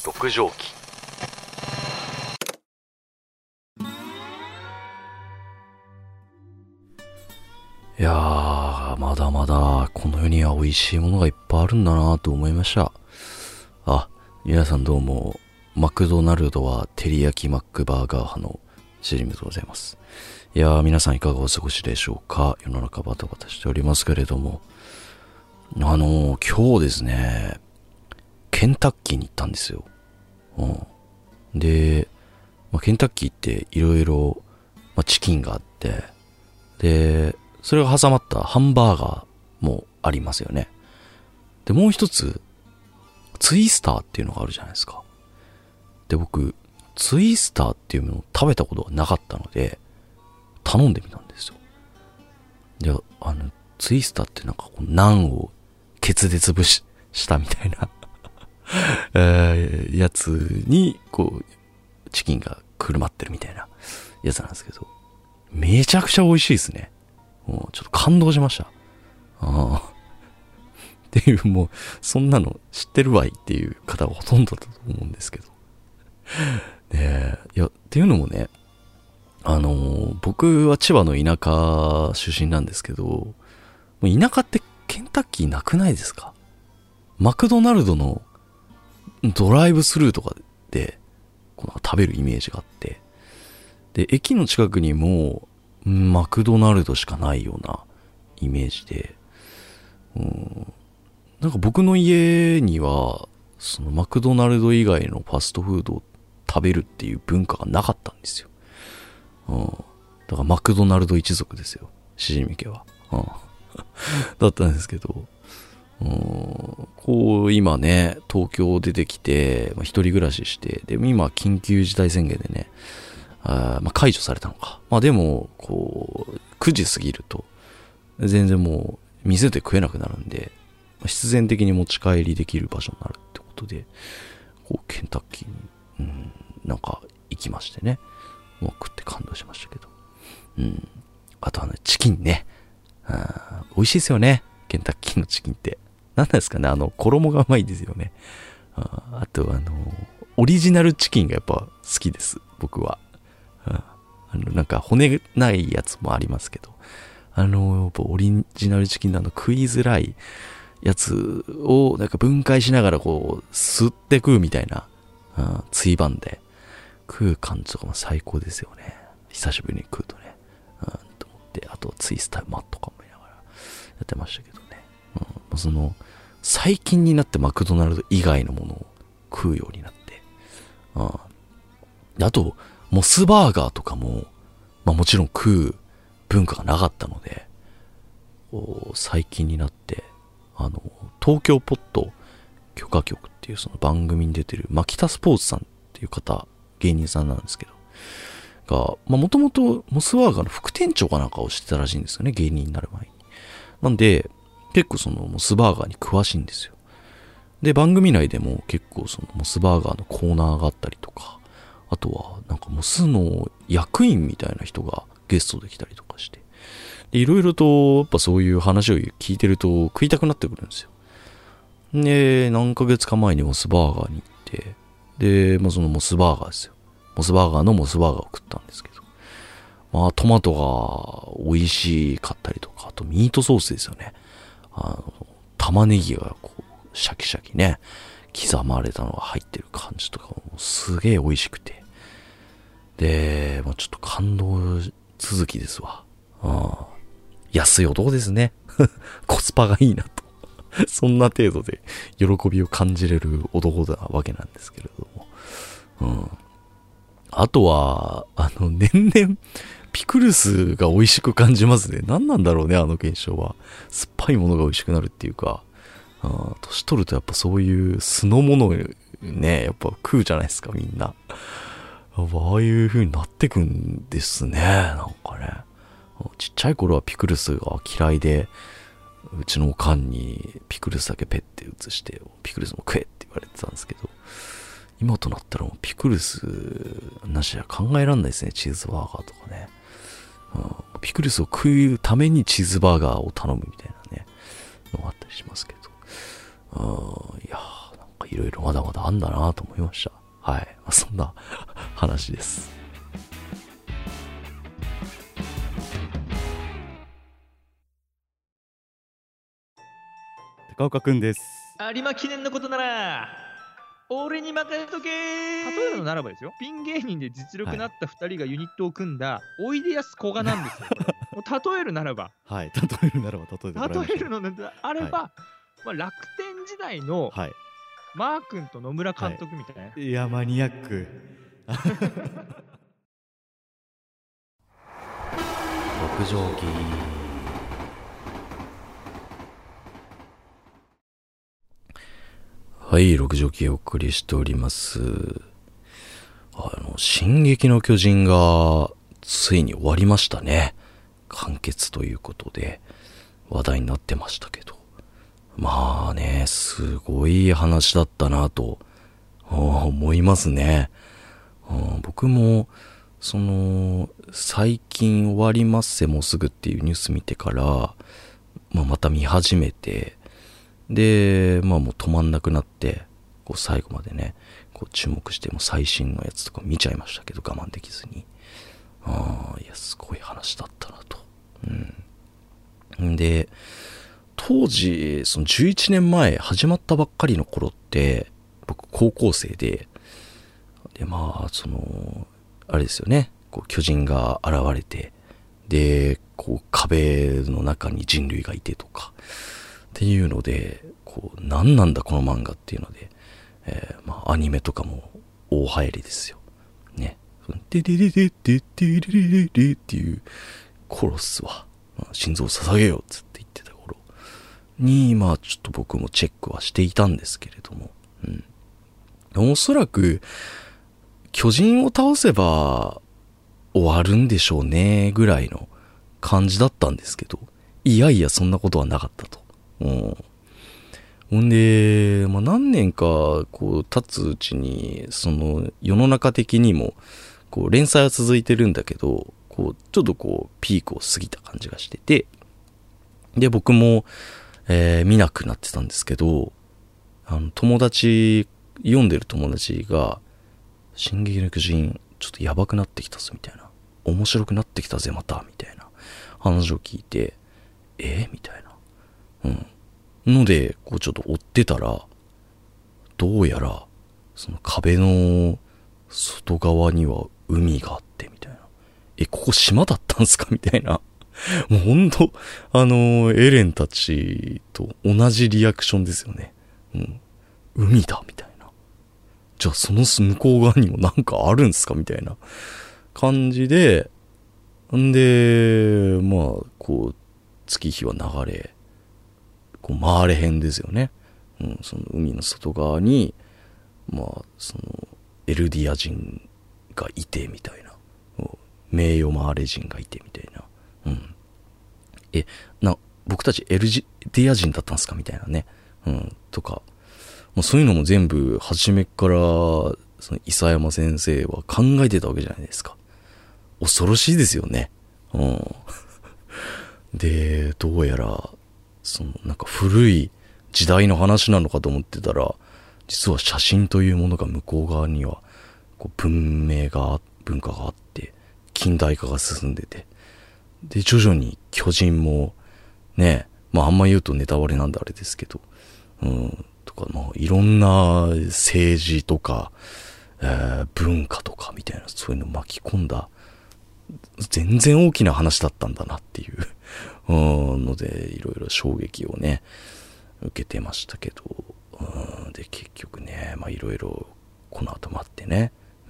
六畳紀。いやー、まだまだこの世には美味しいものがいっぱいあるんだなと思いました。あ、皆さんどうも、マクドナルドは照り焼きマックバーガー派のシリムでございます。いやー、皆さんいかがお過ごしでしょうか。世の中バタバタしておりますけれども、今日ですね、ケンタッキーに行ったんですよ。で、ケンタッキーっていろいろチキンがあって、で、それが挟まったハンバーガーもありますよね。で、もう一つ、ツイスターっていうのがあるじゃないですか。で、僕、ツイスターっていうものを食べたことがなかったので、頼んでみたんですよ。で、ツイスターってなんかこう、ナンをケツで潰したみたいなやつに、こう、チキンがくるまってるみたいなやつなんですけど、めちゃくちゃ美味しいですね。ちょっと感動しました。っていう、もう、そんなの知ってるわいっていう方がほとんどだと思うんですけど。いや、っていうのもね、僕は千葉の田舎出身なんですけど、もう田舎ってケンタッキーなくないですか？マクドナルドのドライブスルーとかでこう食べるイメージがあって、で、駅の近くにもマクドナルドしかないようなイメージで、なんか僕の家にはそのマクドナルド以外のファストフードを食べるっていう文化がなかったんですよ。だからマクドナルド一族ですよ、しじみ家は。だったんですけど、こう今ね、東京出てきて、一人暮らしして、で今緊急事態宣言でね、解除されたのか。でも、こう、9時過ぎると、全然もう、店で食えなくなるんで、必然的に持ち帰りできる場所になるってことで、こう、ケンタッキーに、なんか、行きましてね。もう食って感動しましたけど。あとはね、チキンね。美味しいですよね。ケンタッキーのチキンって。何なんですかね、衣がうまいですよね。あと、オリジナルチキンがやっぱ好きです、僕は。なんか骨ないやつもありますけど、やっぱオリジナルチキンの食いづらいやつをなんか分解しながらこう吸って食うみたいな、ついばんで食う感じとかも最高ですよね。久しぶりに食うとね、と思って、あとツイスターマットかも見ながらやってましたけどね。その最近になってマクドナルド以外のものを食うようになって、あとモスバーガーとかも、もちろん食う文化がなかったので、最近になって、東京ポッド許可局っていうその番組に出てる牧田スポーツさんっていう方、芸人さんなんですけど、が、もともとモスバーガーの副店長かなんかをしてたらしいんですよね、芸人になる前に。なんで、結構そのモスバーガーに詳しいんですよ。で、番組内でも結構そのモスバーガーのコーナーがあったりとか、あとは、なんかモスの役員みたいな人がゲストで来たりとかして。で、いろいろと、やっぱそういう話を聞いてると食いたくなってくるんですよ。で、何ヶ月か前にモスバーガーに行って、で、そのモスバーガーですよ。モスバーガーのモスバーガーを食ったんですけど。トマトが美味しかったりとか、あとミートソースですよね。玉ねぎがこう、シャキシャキね、刻まれたのが入ってる感じとかもすげえ美味しくて。で、ちょっと感動続きですわ。安い男ですね。コスパがいいなと。そんな程度で喜びを感じれる男なわけなんですけれども。あとは、年々、ピクルスが美味しく感じますね。何なんだろうね、あの現象は。酸っぱいものが美味しくなるっていうか、年取るとやっぱそういう酢のものをね、やっぱ食うじゃないですか、みんな。ああいう風になってくんですね、なんかね。ちっちゃい頃はピクルスが嫌いで、うちのおかんにピクルスだけペッて移して、ピクルスも食えって言われてたんですけど、今となったらもうピクルスなしは考えらんないですね、チーズバーガーとかね。ピクルスを食うためにチーズバーガーを頼むみたいなね、のがあったりしますけど。いやー、なんかいろいろまだまだあんだなと思いました。はい。そんな話です。 高岡くんです。 有馬記念のことなら俺に任せとけ。例えるのならばですよ、ピン芸人で実力のあった2人がユニットを組んだおいでやすこがなんですよ。もう例えるならば、 はい、例えるならば例えてもらいましょう。 例えるのであれば、まあ、楽天時代のマー君と野村監督みたいな、 いやマニアック。 六条記。はい、六条記をお送りしております。進撃の巨人がついに終わりましたね。完結ということで話題になってましたけど、まあね、すごい話だったなと思いますね。僕も最近終わりますせもうすぐっていうニュース見てから、また見始めて、でもう止まんなくなって、こう最後までねこう注目して、も最新のやつとか見ちゃいましたけど、我慢できずに。いやすごい話だったなと。で当時その11年前始まったばっかりの頃って僕高校生で、あれですよね、こう巨人が現れて、でこう壁の中に人類がいてとかっていうので、こう何なんだこの漫画っていうので、アニメとかも大流行りですよね。デデデデデデデデデっていうコロスは心臓を捧げようっつって言ってた頃に、ちょっと僕もチェックはしていたんですけれども、おそらく巨人を倒せば終わるんでしょうねぐらいの感じだったんですけど、いやいやそんなことはなかったと。ほんで、何年かこう経つうちに、その世の中的にもこう連載は続いてるんだけど、こうちょっとこうピークを過ぎた感じがしてて、で僕も、見なくなってたんですけど、読んでる友達が進撃の巨人ちょっとやばくなってきたぞみたいな、面白くなってきたぜまたみたいな話を聞いて、みたいなのでこうちょっと追ってたら、どうやらその壁の外側には海があってみたいな、ここ島だったんすかみたいな、もうほんとエレンたちと同じリアクションですよね。海だみたいな、じゃあその向こう側にもなんかあるんすかみたいな感じで、こう月日は流れ、こう回れへんですよね。その海の外側にそのエルディア人がいてみたいな、名誉回れ人がいてみたいな、僕たちエルディア人だったんすかみたいなね、とか、そういうのも全部初めからその伊佐山先生は考えてたわけじゃないですか。恐ろしいですよね。でどうやらなんか古い時代の話なのかと思ってたら、実は写真というものが向こう側にはこう文化があって、近代化が進んでて、で徐々に巨人もね、あんま言うとネタバレなんであれですけど、とかいろんな政治とか、文化とかみたいな、そういうの巻き込んだ全然大きな話だったんだなっていうので、いろいろ衝撃をね受けてましたけど、で結局ね、いろいろこの後もあってね、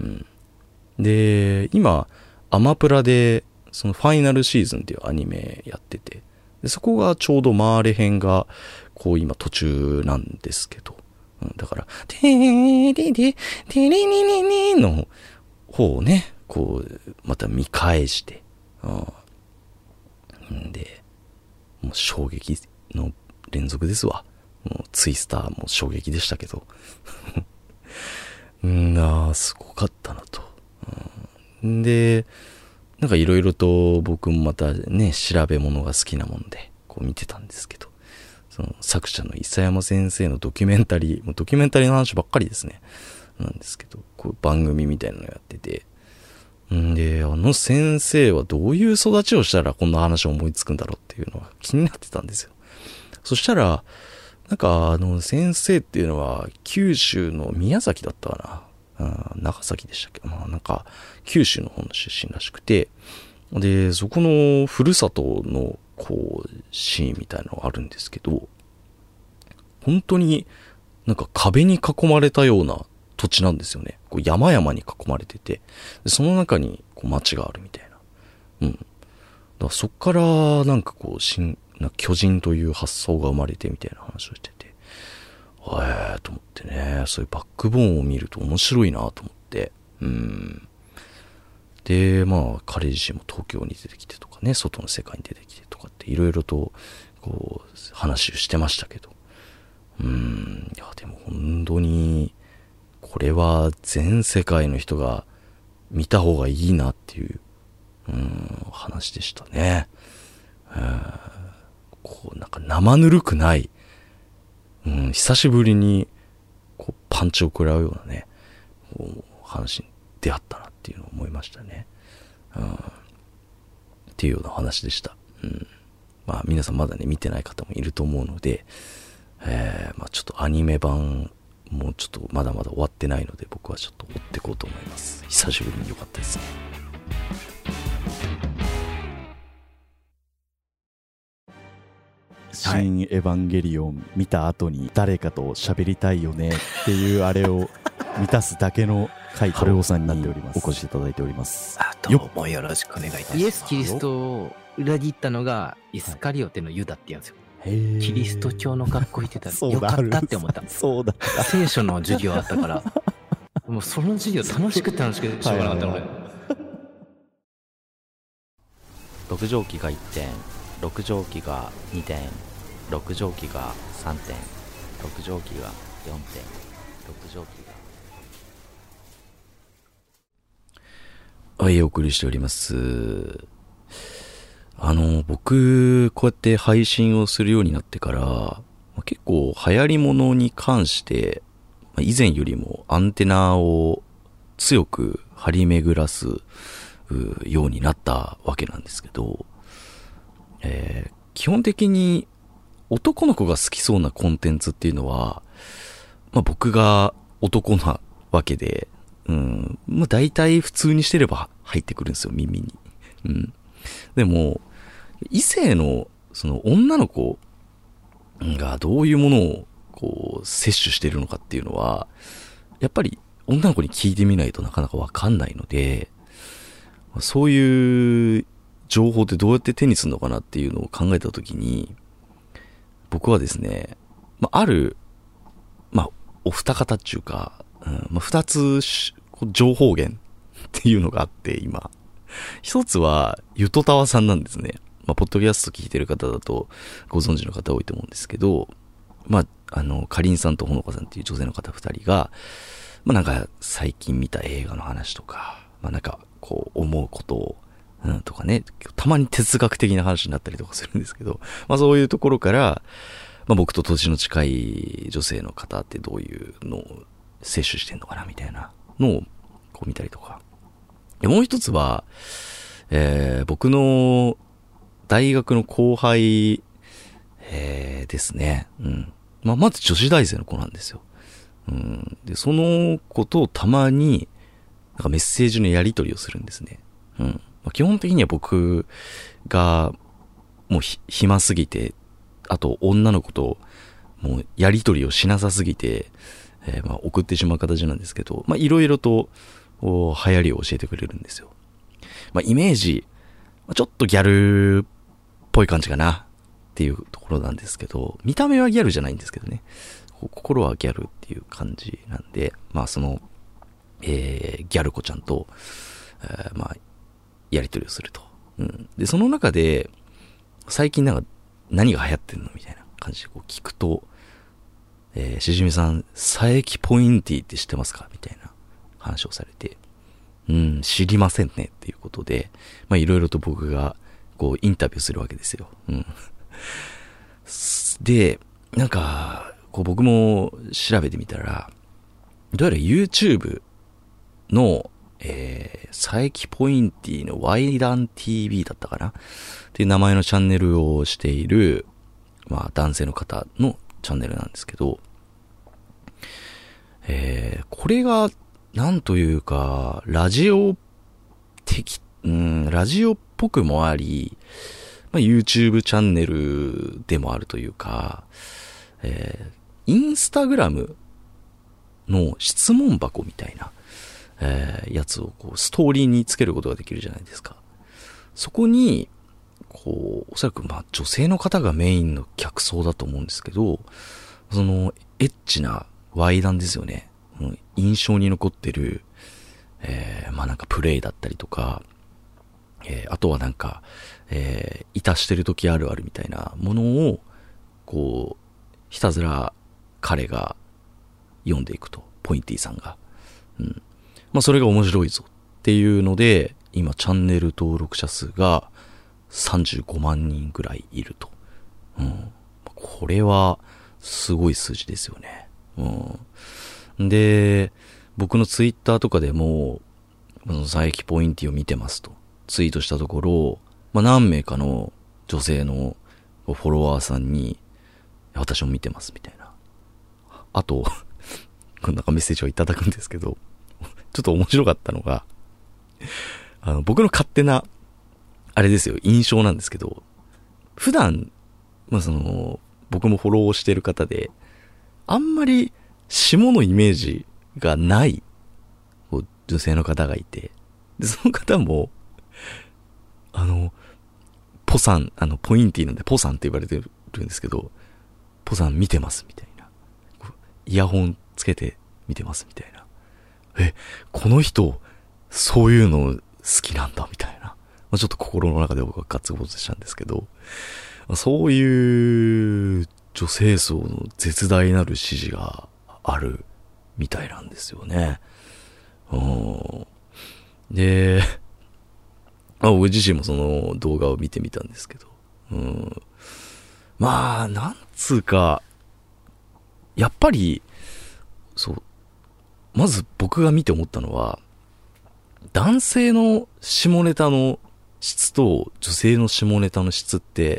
で今アマプラでそのファイナルシーズンっていうアニメやってて、でそこがちょうど回れ編がこう今途中なんですけど、だからテーデデテレニニニの方をねこうまた見返して、でもう衝撃の連続ですわ。もうツイスターも衝撃でしたけどすごかったなと。でなんかいろいろと僕もまたね調べ物が好きなもんでこう見てたんですけど、 その作者の伊佐山先生のドキュメンタリーの話ばっかりですね。なんですけど、こう番組みたいなのやってて。んで、先生はどういう育ちをしたらこんな話を思いつくんだろうっていうのは気になってたんですよ。そしたら、なんか先生っていうのは九州の宮崎だったかな。長崎でしたっけ。なんか九州の方の出身らしくて、で、そこのふるさとのこうシーンみたいなのがあるんですけど、本当になんか壁に囲まれたような土地なんですよね。こう山々に囲まれてて、でその中にこう町があるみたいな。だからそっからなんかこう巨人という発想が生まれてみたいな話をしてて、と思ってね、そういうバックボーンを見ると面白いなと思って、で、まあ彼自身も東京に出てきてとかね、外の世界に出てきてとかっていろいろとこう話をしてましたけど、いやでも本当にこれは全世界の人が見た方がいいなっていう、話でしたね。こうなんか生ぬるくない、久しぶりにこうパンチを食らうようなね、こう話に出会ったなっていうのを思いましたね。っていうような話でした。まあ皆さんまだね見てない方もいると思うので、まあちょっとアニメ版もうちょっとまだまだ終わってないので、僕はちょっと追っていこうと思います。久しぶりに良かったですね。 新エヴァンゲリオン見た後に誰かと喋りたいよねっていうあれを満たすだけの回となっております。お越しいただいております。 どうもよろしくお願いいたします。イエス・キリストを裏切ったのがイスカリオテのユダって言うんですよ。キリスト教の学校行ってたらよかったって思った。 そうだ。 聖書の授業あったから、もうその授業楽しくてしょうがなかったの俺。 6畳機が1点、6畳機が2点、6畳機が3点、6畳機が4点、6畳機が。はい、お送りしております。僕、こうやって配信をするようになってから、結構流行り物に関して、以前よりもアンテナを強く張り巡らすようになったわけなんですけど、基本的に男の子が好きそうなコンテンツっていうのは、僕が男なわけで、大体普通にしてれば入ってくるんですよ、耳に。でも、異性の、その女の子がどういうものをこう摂取しているのかっていうのは、やっぱり女の子に聞いてみないとなかなかわかんないので、そういう情報ってどうやって手にするのかなっていうのを考えたときに、僕はですね、ある、お二方っていうか、二つ情報源っていうのがあって、今。一つは、ゆとたわさんなんですね。ポッドキャスト聞いてる方だとご存知の方多いと思うんですけど、かりんさんとほのかさんっていう女性の方二人が、なんか最近見た映画の話とか、なんかこう思うことを、とかね、たまに哲学的な話になったりとかするんですけど、そういうところから、僕と年の近い女性の方ってどういうのを摂取してんのかなみたいなのをこう見たりとか。もう一つは、僕の大学の後輩、ですね。まず女子大生の子なんですよ。で、その子とたまに、なんかメッセージのやり取りをするんですね。基本的には僕が、もう暇すぎて、あと女の子と、もうやり取りをしなさすぎて、送ってしまう形なんですけど、いろいろと、流行りを教えてくれるんですよ。イメージ、ちょっとギャルっぽい感じかなっていうところなんですけど、見た目はギャルじゃないんですけどね。心はギャルっていう感じなんで、その、ギャル子ちゃんと、やり取りをすると。で、その中で、最近なんか何が流行ってんのみたいな感じでこう聞くと、しじみさん、佐伯ポインティって知ってますかみたいな話をされて、知りませんねっていうことで、いろいろと僕がこうインタビューするわけですよ。で、 なんか、こう僕も調べてみたら、どうやら YouTube の、佐伯ポインティの Y ダン TV だったかなっていう名前のチャンネルをしている、まあ男性の方のチャンネルなんですけど、これが、なんというか、ラジオっぽくもあり、まあ、YouTube チャンネルでもあるというか、インスタグラムの質問箱みたいな、やつをこうストーリーにつけることができるじゃないですか。そこに、こう、おそらくまあ女性の方がメインの客層だと思うんですけど、そのエッチなワイダンですよね。印象に残ってる、まあなんかプレイだったりとか、あとはなんか、いたしてる時あるあるみたいなものを、こう、ひたすら彼が読んでいくと。ポインティさんが。まあそれが面白いぞっていうので、今チャンネル登録者数が35万人ぐらいいると。これはすごい数字ですよね。で、僕のツイッターとかでも、佐伯ポインティを見てますとツイートしたところ、まあ何名かの女性のフォロワーさんに、私も見てますみたいな。あと、なんかメッセージをいただくんですけど、ちょっと面白かったのが、僕の勝手な、あれですよ、印象なんですけど、普段、まあ僕もフォローしてる方で、あんまり下のイメージがない女性の方がいて、で、その方も、ポさん、ポインティなんでポさんって言われてるんですけど、ポさん見てますみたいな。イヤホンつけて見てますみたいな。この人、そういうの好きなんだみたいな。まあ、ちょっと心の中で僕はガッツポーズしたんですけど、そういう女性層の絶大なる支持があるみたいなんですよね。で、僕自身もその動画を見てみたんですけど、まあ、なんつうか、やっぱり、そう、まず僕が見て思ったのは、男性の下ネタの質と女性の下ネタの質って、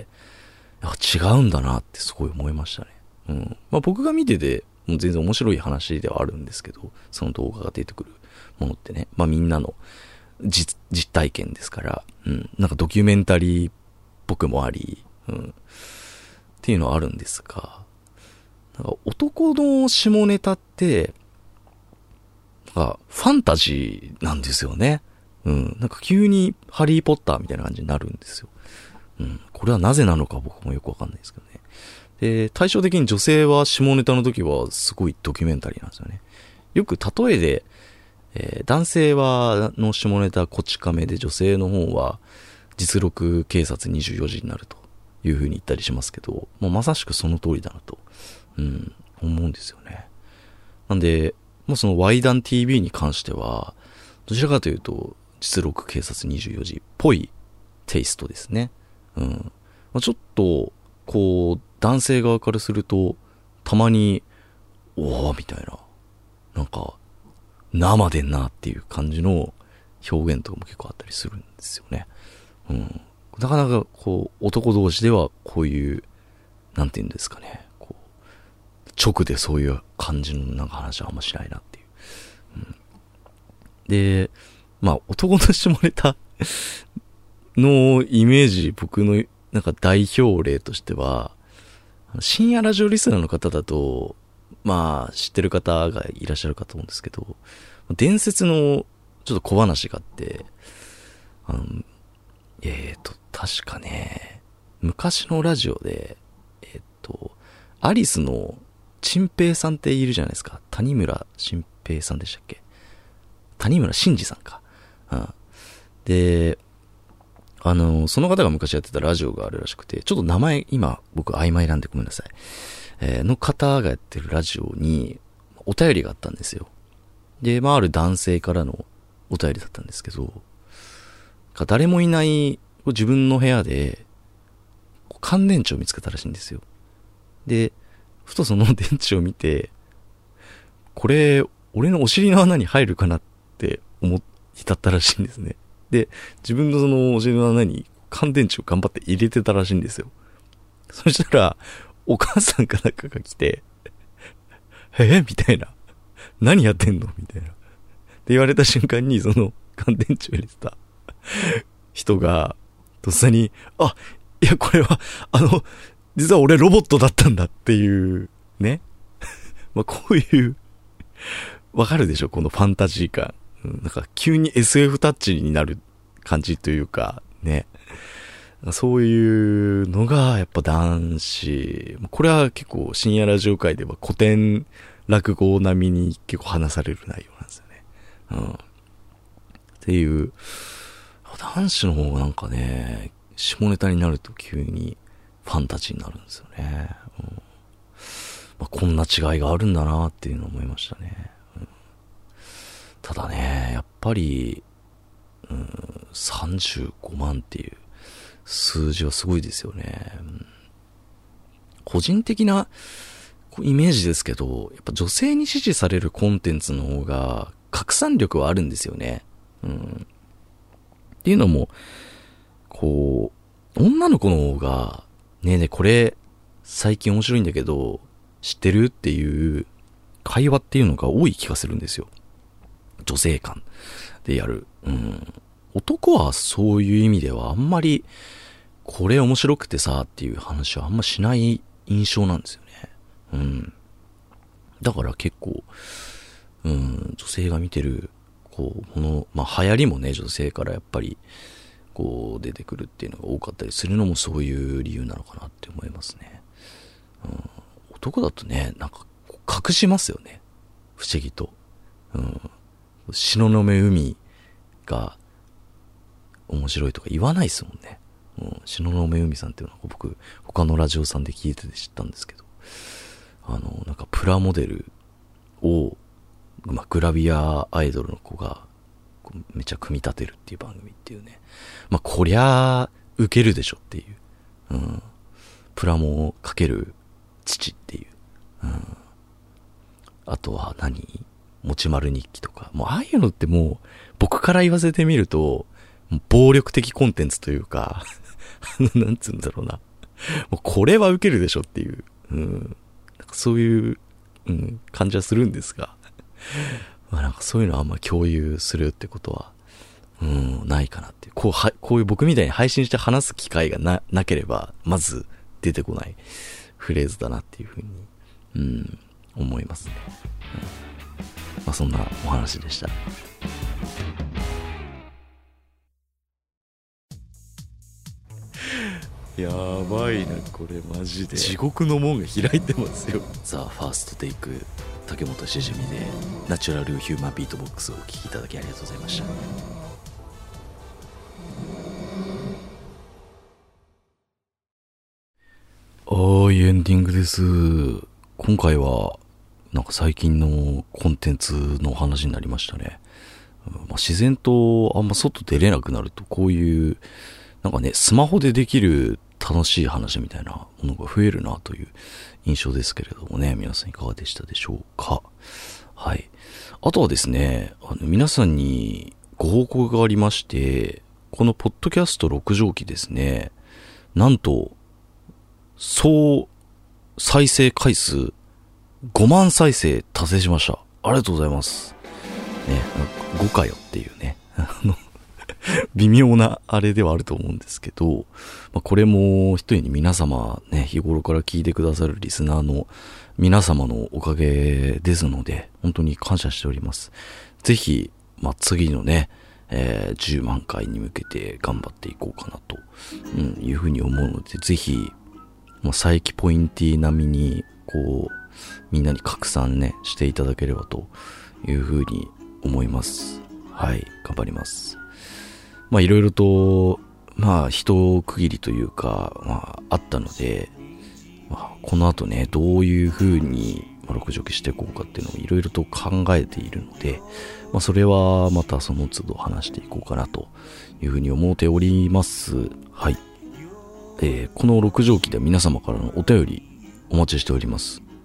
違うんだなってすごい思いましたね。まあ僕が見てて、もう全然面白い話ではあるんですけど、その動画が出てくるものってね、まあみんなの実体験ですから、なんかドキュメンタリーっぽくもあり、っていうのはあるんですが、なんか男の下ネタって、なんかファンタジーなんですよね。なんか急にハリーポッターみたいな感じになるんですよ。これはなぜなのか僕もよくわかんないですけどね。で、対照的に女性は下ネタの時はすごいドキュメンタリーなんですよね。よく例えで、男性はの下ネタこち亀で女性の方は実録警察24時になるという風に言ったりしますけど、もうまさしくその通りだなと、思うんですよね。なんで、もうその Y ダン TV に関しては、どちらかというと実録警察24時っぽいテイストですね。ちょっと、こう、男性側からすると、たまに、おーみたいな、なんか、生でんなっていう感じの表現とかも結構あったりするんですよね。なかなか、こう、男同士ではこういう、なんていうんですかね、こう、直でそういう感じのなんか話はあんましないなっていう。で、まあ、男の下ネタのイメージ、僕のなんか代表例としては、深夜ラジオリスナーの方だと、まあ知ってる方がいらっしゃるかと思うんですけど、伝説のちょっと小話があって、確かね、昔のラジオで、アリスの陳平さんっているじゃないですか。谷村新平さんでしたっけ？谷村新司さんか。で、その方が昔やってたラジオがあるらしくて、ちょっと名前今僕曖昧なんでごめんなさい。の方がやってるラジオにお便りがあったんですよ。で、まあある男性からのお便りだったんですけど、誰もいない自分の部屋で乾電池を見つけたらしいんですよ。で、 ふとその電池を見て、これ俺のお尻の穴に入るかなって思い立ったらしいんですね。で、自分のそのお尻の穴に乾電池を頑張って入れてたらしいんですよ。そしたらお母さんかなんかが来て、みたいな、何やってんのみたいなって言われた瞬間に、その乾電池を入れてた人がとっさに、いやこれは実は俺ロボットだったんだっていうね。まあこういうわかるでしょ、このファンタジー感。なんか急に SF タッチになる感じというかね。そういうのがやっぱ男子、これは結構深夜ラジオ界では古典落語並みに結構話される内容なんですよね。っていう男子の方がなんかね、下ネタになると急にファンタジーになるんですよね。こんな違いがあるんだなっていうのを思いましたね。ただね、やっぱり、35万っていう数字はすごいですよね。個人的なイメージですけど、やっぱ女性に支持されるコンテンツの方が拡散力はあるんですよね。っていうのも、こう、女の子の方が、ねえねえこれ最近面白いんだけど、知ってるっていう会話っていうのが多い気がするんですよ。女性間でやる。男はそういう意味ではあんまりこれ面白くてさっていう話はあんましない印象なんですよね。だから結構、女性が見てるこうもの、流行りもね、女性からやっぱりこう出てくるっていうのが多かったりするのもそういう理由なのかなって思いますね。男だとね、なんか隠しますよね、不思議と。東雲海が面白いとか言わないですもんね。東雲海さんっていうのは僕他のラジオさんで聞いてて知ったんですけど、なんかプラモデルを、グラビアアイドルの子がめっちゃ組み立てるっていう番組っていうね。こりゃウケるでしょっていう。プラモをかける父っていう。あとはもちまる日記とか。もうああいうのってもう僕から言わせてみると暴力的コンテンツというかなんつうんだろうな。もうこれはウケるでしょっていう。なんかそういう、感じはするんですが。なんかそういうのはあんま共有するってことは、ないかなっていう。こういう僕みたいに配信して話す機会がなければ、まず出てこないフレーズだなっていうふうに、思いますね。そんなお話でした。やばいなこれマジで。地獄の門が開いてますよ。さあファーストテイク竹本しじみでナチュラルヒューマンビートボックスをお聴きいただきありがとうございました。エンディングです。今回はなんか最近のコンテンツの話になりましたね。自然とあんま外出れなくなるとこういうなんかね、スマホでできる楽しい話みたいなものが増えるなという印象ですけれどもね、皆さんいかがでしたでしょうか。はい。あとはですね、皆さんにご報告がありまして、このポッドキャスト6畳期ですね、なんと総再生回数5万再生達成しました。ありがとうございます。ね、5かよっていうね。微妙なあれではあると思うんですけど、これも一重に皆様ね、日頃から聞いてくださるリスナーの皆様のおかげですので、本当に感謝しております。ぜひ、次のね、10万回に向けて頑張っていこうかなと、いうふうに思うので、ぜひ、佐伯ポインティ並みに、こう、みんなに拡散ね、していただければというふうに思います。はい、頑張ります。いろいろと、一区切りというか、あったので、この後ね、どういう風に、6畳期していこうかっていうのをいろいろと考えているので、それはまたその都度話していこうかなという風に思っております。はい。この6畳期では皆様からのお便りお待ちしております。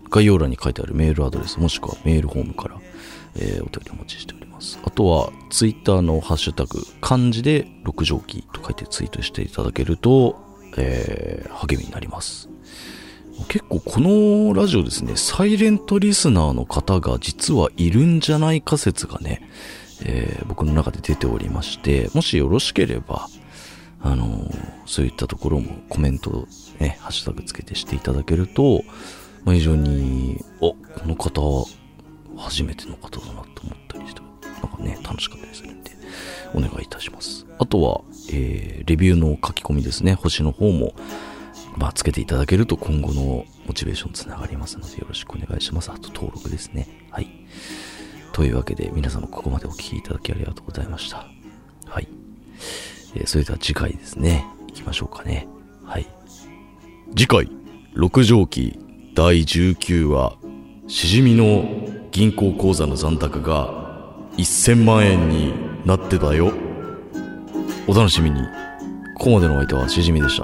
概要欄に書いてあるメールアドレスもしくはメールフォームから、お便りお待ちしております。あとはツイッターのハッシュタグ漢字で六畳紀と書いてツイートしていただけると、励みになります。結構このラジオですね、サイレントリスナーの方が実はいるんじゃないか説がね、僕の中で出ておりまして、もしよろしければそういったところもコメントね、ハッシュタグつけてしていただけると、非常にこの方は初めての方だなと思ったりして、なんかね楽しかったりするんでお願いいたします。あとは、レビューの書き込みですね、星の方もつけていただけると今後のモチベーションつながりますのでよろしくお願いします。あと登録ですね。はい。というわけで皆様ここまでお聞きいただきありがとうございました。はい。それでは次回ですね、行きましょうかね。はい。次回六畳紀第19話、しじみの銀行口座の残高が1000万円になってたよ。お楽しみに。ここまでのお相手はしじみでした。